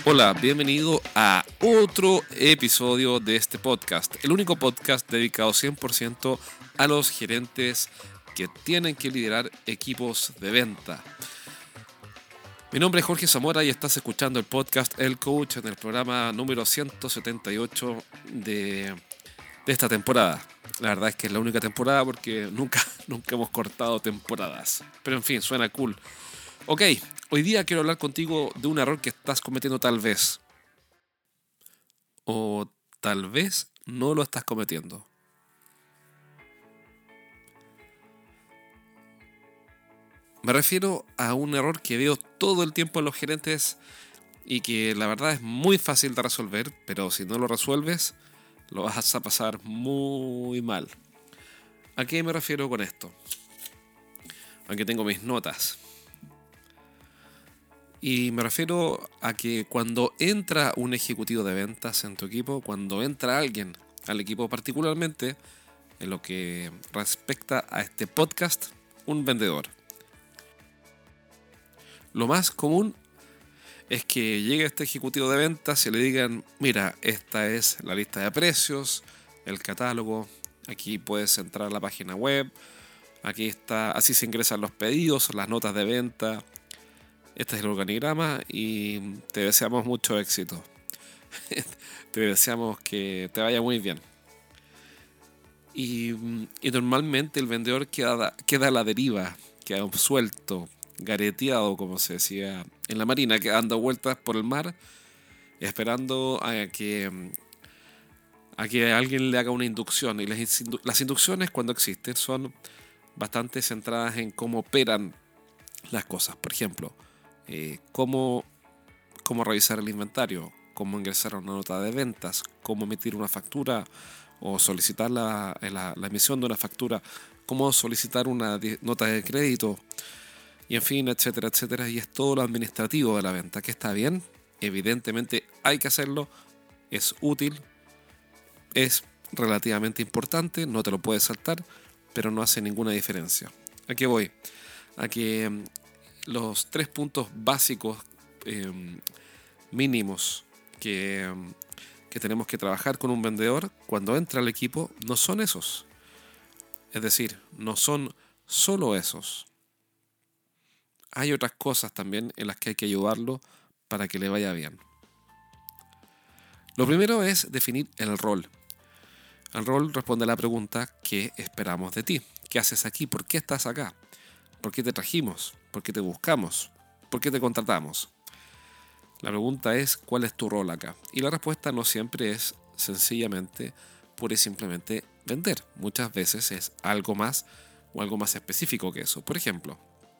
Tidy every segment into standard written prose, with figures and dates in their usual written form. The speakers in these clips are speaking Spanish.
Hola, bienvenido a otro episodio de este podcast, el único podcast dedicado 100% a los gerentes que tienen que liderar equipos de venta. Mi nombre es Jorge Zamora y estás escuchando el podcast El Coach en el programa número 178 de esta temporada. La verdad es que es la única temporada porque nunca hemos cortado temporadas. Pero en fin, suena cool. Ok, hoy día quiero hablar contigo de un error que estás cometiendo tal vez. O tal vez no lo estás cometiendo. Me refiero a un error que veo todo el tiempo en los gerentes y que la verdad es muy fácil de resolver, pero si no lo resuelves, lo vas a pasar muy mal. ¿A qué me refiero con esto? Aquí tengo mis notas. Y me refiero a que cuando entra un ejecutivo de ventas en tu equipo, cuando entra alguien al equipo, particularmente en lo que respecta a este podcast, un vendedor. Lo más común es que llegue este ejecutivo de ventas y le digan, mira, esta es la lista de precios, el catálogo, aquí puedes entrar a la página web, aquí está, así se ingresan los pedidos, las notas de venta. Este es el organigrama y te deseamos mucho éxito. Te deseamos que te vaya muy bien. Y normalmente el vendedor queda a la deriva, queda suelto, gareteado, como se decía en la marina, que dando vueltas por el mar, esperando a que alguien le haga una inducción. Y las inducciones, cuando existen, son bastante centradas en cómo operan las cosas. Por ejemplo, cómo revisar el inventario, cómo ingresar una nota de ventas, cómo emitir una factura o solicitar la emisión de una factura, cómo solicitar una nota de crédito, y en fin, etcétera, etcétera. Y es todo lo administrativo de la venta, que está bien, evidentemente hay que hacerlo, es útil, es relativamente importante, no te lo puedes saltar, pero no hace ninguna diferencia. ¿A qué voy? A que los 3 puntos básicos mínimos que tenemos que trabajar con un vendedor cuando entra al equipo no son esos. Es decir, no son solo esos. Hay otras cosas también en las que hay que ayudarlo para que le vaya bien. Lo primero es definir el rol. El rol responde a la pregunta: ¿qué esperamos de ti? ¿Qué haces aquí? ¿Por qué estás acá? ¿Por qué te trajimos? ¿Por qué te buscamos? ¿Por qué te contratamos? La pregunta es, ¿cuál es tu rol acá? Y la respuesta no siempre es sencillamente, pura y simplemente vender. Muchas veces es algo más o algo más específico que eso. Por ejemplo,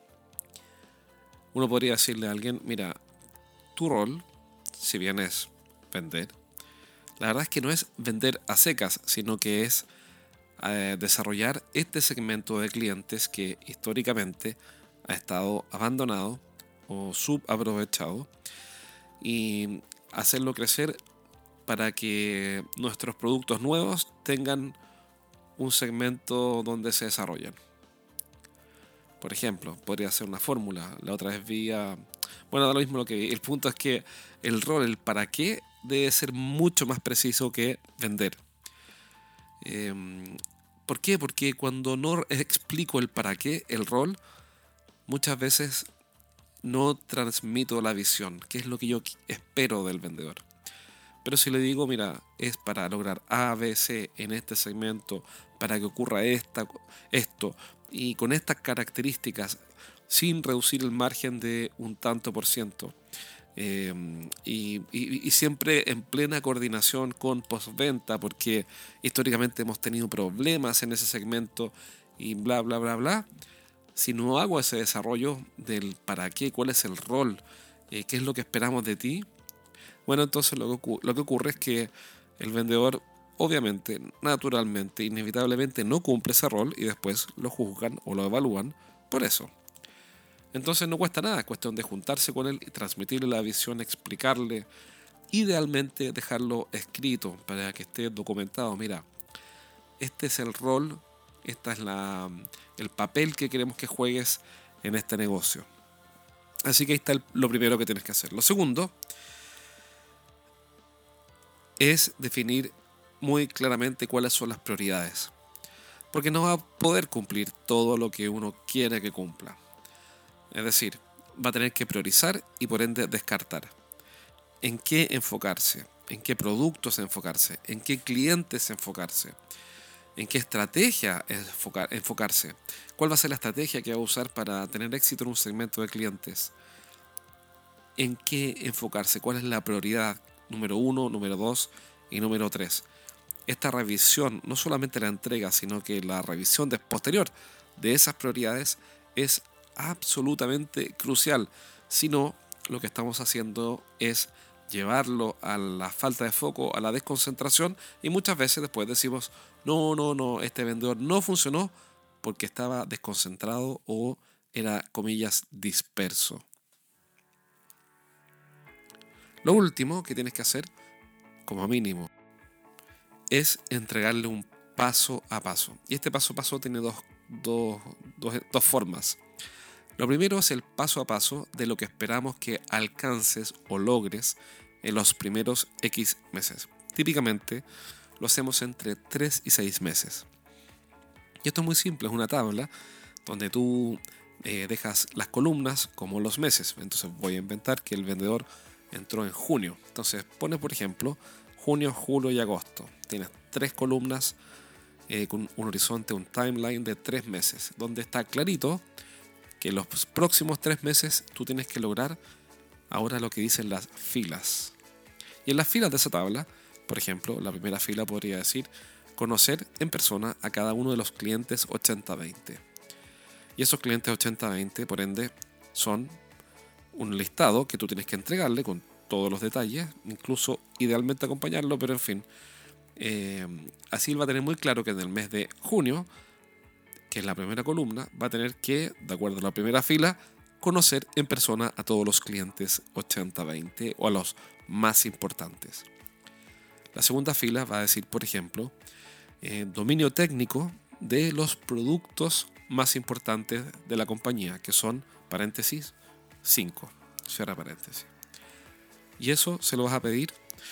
uno podría decirle a alguien, mira, tu rol, si bien es vender, la verdad es que no es vender a secas, sino que es desarrollar este segmento de clientes que históricamente ha estado abandonado o subaprovechado, y hacerlo crecer para que nuestros productos nuevos tengan un segmento donde se desarrollan. Por ejemplo, podría ser una fórmula. La otra vez bueno, da lo mismo lo que vi. El punto es que el rol, el para qué, debe ser mucho más preciso que vender. ¿Por qué? Porque cuando no explico el para qué, el rol, muchas veces no transmito la visión, que es lo que yo espero del vendedor. Pero si le digo, mira, es para lograr A, B, C en este segmento, para que ocurra esto, y con estas características, sin reducir el margen de un tanto por ciento, y siempre en plena coordinación con postventa, porque históricamente hemos tenido problemas en ese segmento, y bla, bla, bla, bla. Si no hago ese desarrollo del para qué, cuál es el rol, qué es lo que esperamos de ti, bueno, entonces lo que ocurre es que el vendedor, obviamente, naturalmente, inevitablemente no cumple ese rol y después lo juzgan o lo evalúan por eso. Entonces no cuesta nada, es cuestión de juntarse con él y transmitirle la visión, explicarle, idealmente dejarlo escrito para que esté documentado. Mira, este es el rol, esta es el papel que queremos que juegues en este negocio. Así que ahí está lo primero que tienes que hacer. Lo segundo es definir muy claramente cuáles son las prioridades. Porque no va a poder cumplir todo lo que uno quiere que cumpla. Es decir, va a tener que priorizar y por ende descartar. ¿En qué enfocarse? ¿En qué productos enfocarse? ¿En qué clientes enfocarse? ¿En qué estrategia enfocarse? ¿Cuál va a ser la estrategia que va a usar para tener éxito en un segmento de clientes? ¿En qué enfocarse? ¿Cuál es la prioridad? Número 1, número 2 y número 3. Esta revisión, no solamente la entrega, sino que la revisión posterior de esas prioridades es absolutamente crucial. Si no, lo que estamos haciendo es llevarlo a la falta de foco, a la desconcentración, y muchas veces después decimos, no, este vendedor no funcionó porque estaba desconcentrado o era, comillas, disperso. Lo último que tienes que hacer, como mínimo, es entregarle un paso a paso. Y este paso a paso tiene dos formas. Lo primero es el paso a paso de lo que esperamos que alcances o logres en los primeros X meses. Típicamente lo hacemos entre 3 y 6 meses. Y esto es muy simple, es una tabla donde tú dejas las columnas como los meses. Entonces voy a inventar que el vendedor entró en junio. Entonces pone, por ejemplo, junio, julio y agosto. Tienes 3 columnas con un horizonte, un timeline de 3 meses, donde está clarito que en los próximos 3 meses tú tienes que lograr ahora lo que dicen las filas. Y en las filas de esa tabla, por ejemplo, la primera fila podría decir conocer en persona a cada uno de los clientes 80-20. Y esos clientes 80-20, por ende, son un listado que tú tienes que entregarle con todos los detalles, incluso idealmente acompañarlo, pero en fin. Así él va a tener muy claro que en el mes de junio, que es la primera columna, va a tener que, de acuerdo a la primera fila, conocer en persona a todos los clientes 80-20 o a los más importantes. La segunda fila va a decir, por ejemplo, dominio técnico de los productos más importantes de la compañía, que son, paréntesis, 5, cierra paréntesis. Y eso se lo vas a pedir,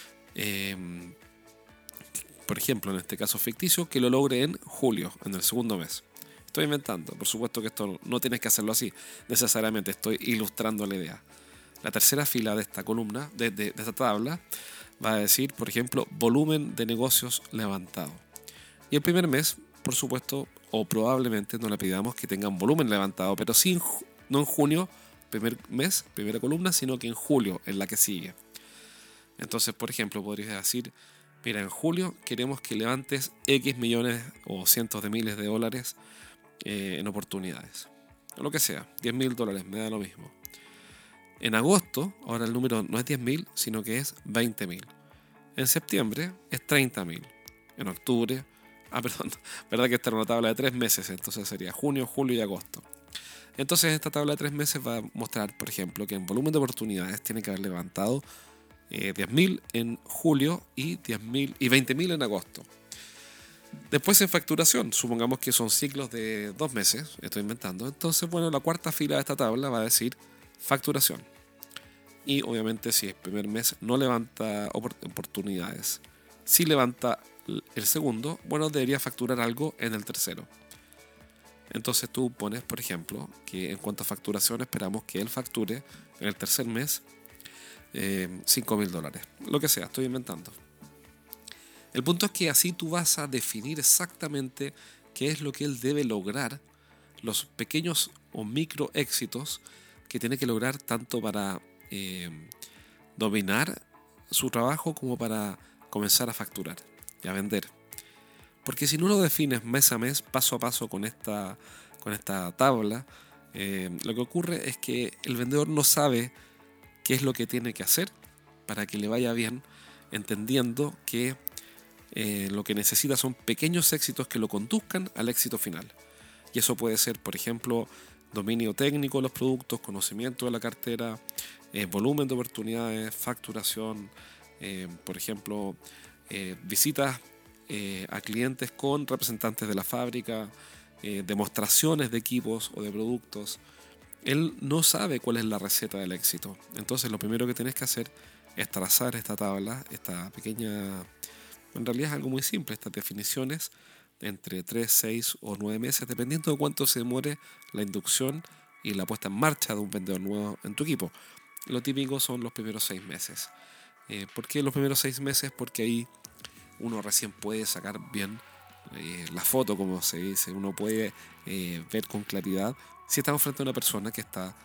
por ejemplo, en este caso ficticio, que lo logre en julio, en el segundo mes. Estoy inventando, por supuesto que esto no tienes que hacerlo así, necesariamente estoy ilustrando la idea. La tercera fila de esta columna, de esta tabla, va a decir, por ejemplo, volumen de negocios levantado. Y el primer mes, por supuesto, o probablemente no le pidamos que tenga un volumen levantado, pero sí, no en junio, primer mes, primera columna, sino que en julio, en la que sigue. Entonces, por ejemplo, podrías decir, mira, en julio queremos que levantes X millones o cientos de miles de dólares en oportunidades. O lo que sea, $10,000, me da lo mismo. En agosto, ahora el número no es 10.000, sino que es 20.000. En septiembre es 30.000. En octubre, perdón, verdad que esta era una tabla de 3 meses, entonces sería junio, julio y agosto. Entonces esta tabla de 3 meses va a mostrar, por ejemplo, que en volumen de oportunidades tiene que haber levantado 10.000 en julio y 20.000 en agosto. Después en facturación, supongamos que son ciclos de 2 meses, estoy inventando. Entonces, bueno, la cuarta fila de esta tabla va a decir facturación. Y obviamente si el primer mes no levanta oportunidades, si levanta el segundo, bueno, debería facturar algo en el tercero. Entonces tú pones, por ejemplo, que en cuanto a facturación esperamos que él facture en el tercer mes $5,000. Lo que sea, estoy inventando. El punto es que así tú vas a definir exactamente qué es lo que él debe lograr, los pequeños o micro éxitos que tiene que lograr tanto para dominar su trabajo como para comenzar a facturar y a vender. Porque si no lo defines mes a mes, paso a paso con esta tabla, lo que ocurre es que el vendedor no sabe qué es lo que tiene que hacer para que le vaya bien, entendiendo que lo que necesita son pequeños éxitos que lo conduzcan al éxito final. Y eso puede ser, por ejemplo, dominio técnico de los productos, conocimiento de la cartera, volumen de oportunidades, facturación, por ejemplo, visitas a clientes con representantes de la fábrica, demostraciones de equipos o de productos. Él no sabe cuál es la receta del éxito. Entonces lo primero que tienes que hacer es trazar esta tabla, esta pequeña, en realidad es algo muy simple, estas definiciones entre 3, 6 o 9 meses, dependiendo de cuánto se demore la inducción y la puesta en marcha de un vendedor nuevo en tu equipo. Lo típico son los primeros 6 meses. ¿Por qué los primeros 6 meses? Porque ahí uno recién puede sacar bien la foto, como se dice. Uno puede ver con claridad si estamos frente a una persona que está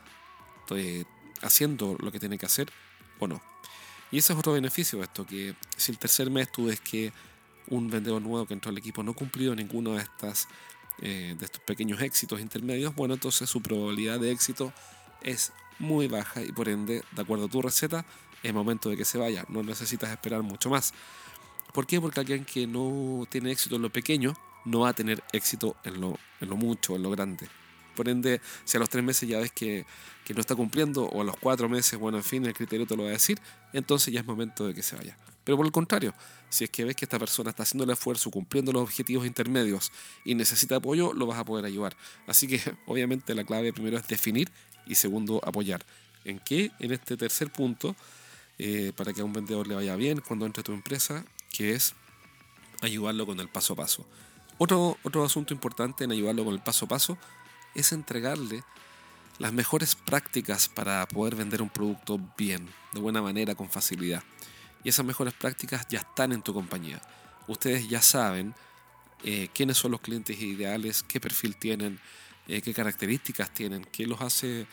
haciendo lo que tiene que hacer o no. Y ese es otro beneficio de esto, que si el tercer mes tú ves que un vendedor nuevo que entró al equipo no ha cumplido ninguno de estos pequeños éxitos intermedios, bueno, entonces su probabilidad de éxito es muy baja y por ende, de acuerdo a tu receta, es momento de que se vaya. No necesitas esperar mucho más. ¿Por qué? Porque alguien que no tiene éxito en lo pequeño no va a tener éxito en lo mucho, en lo grande. Por ende, si a los 3 meses ya ves que no está cumpliendo, o a los 4 meses, bueno, en fin, el criterio te lo va a decir, entonces ya es momento de que se vaya. Pero por el contrario, si es que ves que esta persona está haciendo el esfuerzo, cumpliendo los objetivos intermedios y necesita apoyo, lo vas a poder ayudar. Así que, obviamente, la clave primero es definir y segundo, apoyar. ¿En qué? En este tercer punto, para que a un vendedor le vaya bien cuando entre a tu empresa, que es ayudarlo con el paso a paso. Otro asunto importante en ayudarlo con el paso a paso es entregarle las mejores prácticas para poder vender un producto bien, de buena manera, con facilidad. Y esas mejores prácticas ya están en tu compañía. Ustedes ya saben quiénes son los clientes ideales, qué perfil tienen, qué características tienen, qué los hace,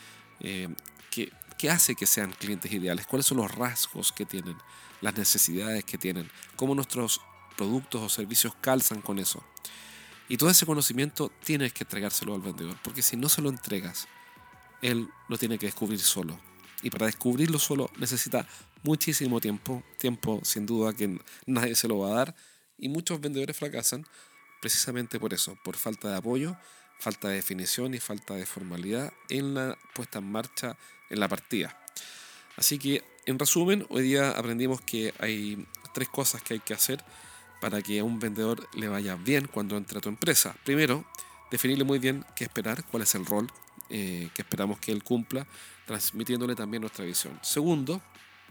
qué hace que sean clientes ideales, cuáles son los rasgos que tienen, las necesidades que tienen, cómo nuestros productos o servicios calzan con eso. Y todo ese conocimiento tienes que entregárselo al vendedor, porque si no se lo entregas, él lo tiene que descubrir solo. Y para descubrirlo solo necesita muchísimo tiempo sin duda que nadie se lo va a dar. Y muchos vendedores fracasan precisamente por eso, por falta de apoyo, falta de definición y falta de formalidad en la puesta en marcha, en la partida. Así que, en resumen, hoy día aprendimos que hay 3 cosas que hay que hacer para que a un vendedor le vaya bien cuando entre a tu empresa. Primero, definirle muy bien qué esperar, cuál es el rol que esperamos que él cumpla, transmitiéndole también nuestra visión. Segundo,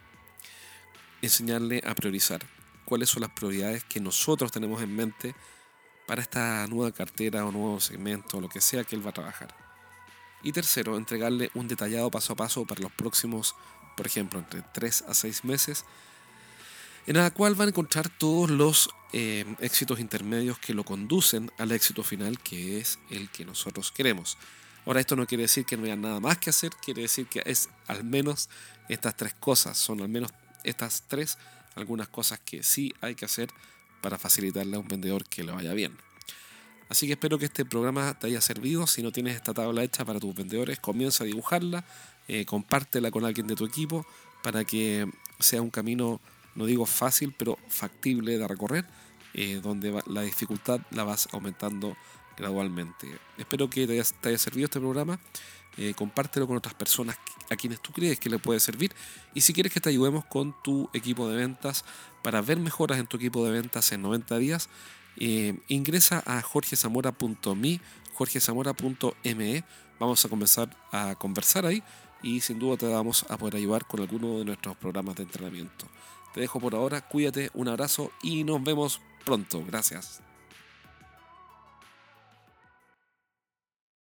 enseñarle a priorizar. ¿Cuáles son las prioridades que nosotros tenemos en mente para esta nueva cartera o nuevo segmento o lo que sea que él va a trabajar? Y tercero, entregarle un detallado paso a paso para los próximos, por ejemplo, entre 3 a 6 meses, en la cual van a encontrar todos los éxitos intermedios que lo conducen al éxito final, que es el que nosotros queremos. Ahora, esto no quiere decir que no haya nada más que hacer, quiere decir que es al menos estas 3 cosas, son al menos estas 3 algunas cosas que sí hay que hacer para facilitarle a un vendedor que le vaya bien. Así que espero que este programa te haya servido. Si no tienes esta tabla hecha para tus vendedores, comienza a dibujarla, compártela con alguien de tu equipo para que sea un camino, no digo fácil, pero factible de recorrer, donde la dificultad la vas aumentando gradualmente. Espero que te haya servido este programa. Compártelo con otras personas a quienes tú crees que le puede servir. Y si quieres que te ayudemos con tu equipo de ventas para ver mejoras en tu equipo de ventas en 90 días, ingresa a jorgezamora.me, jorgezamora.me. Vamos a comenzar a conversar ahí y sin duda te vamos a poder ayudar con alguno de nuestros programas de entrenamiento. Te dejo por ahora, cuídate, un abrazo y nos vemos pronto. Gracias.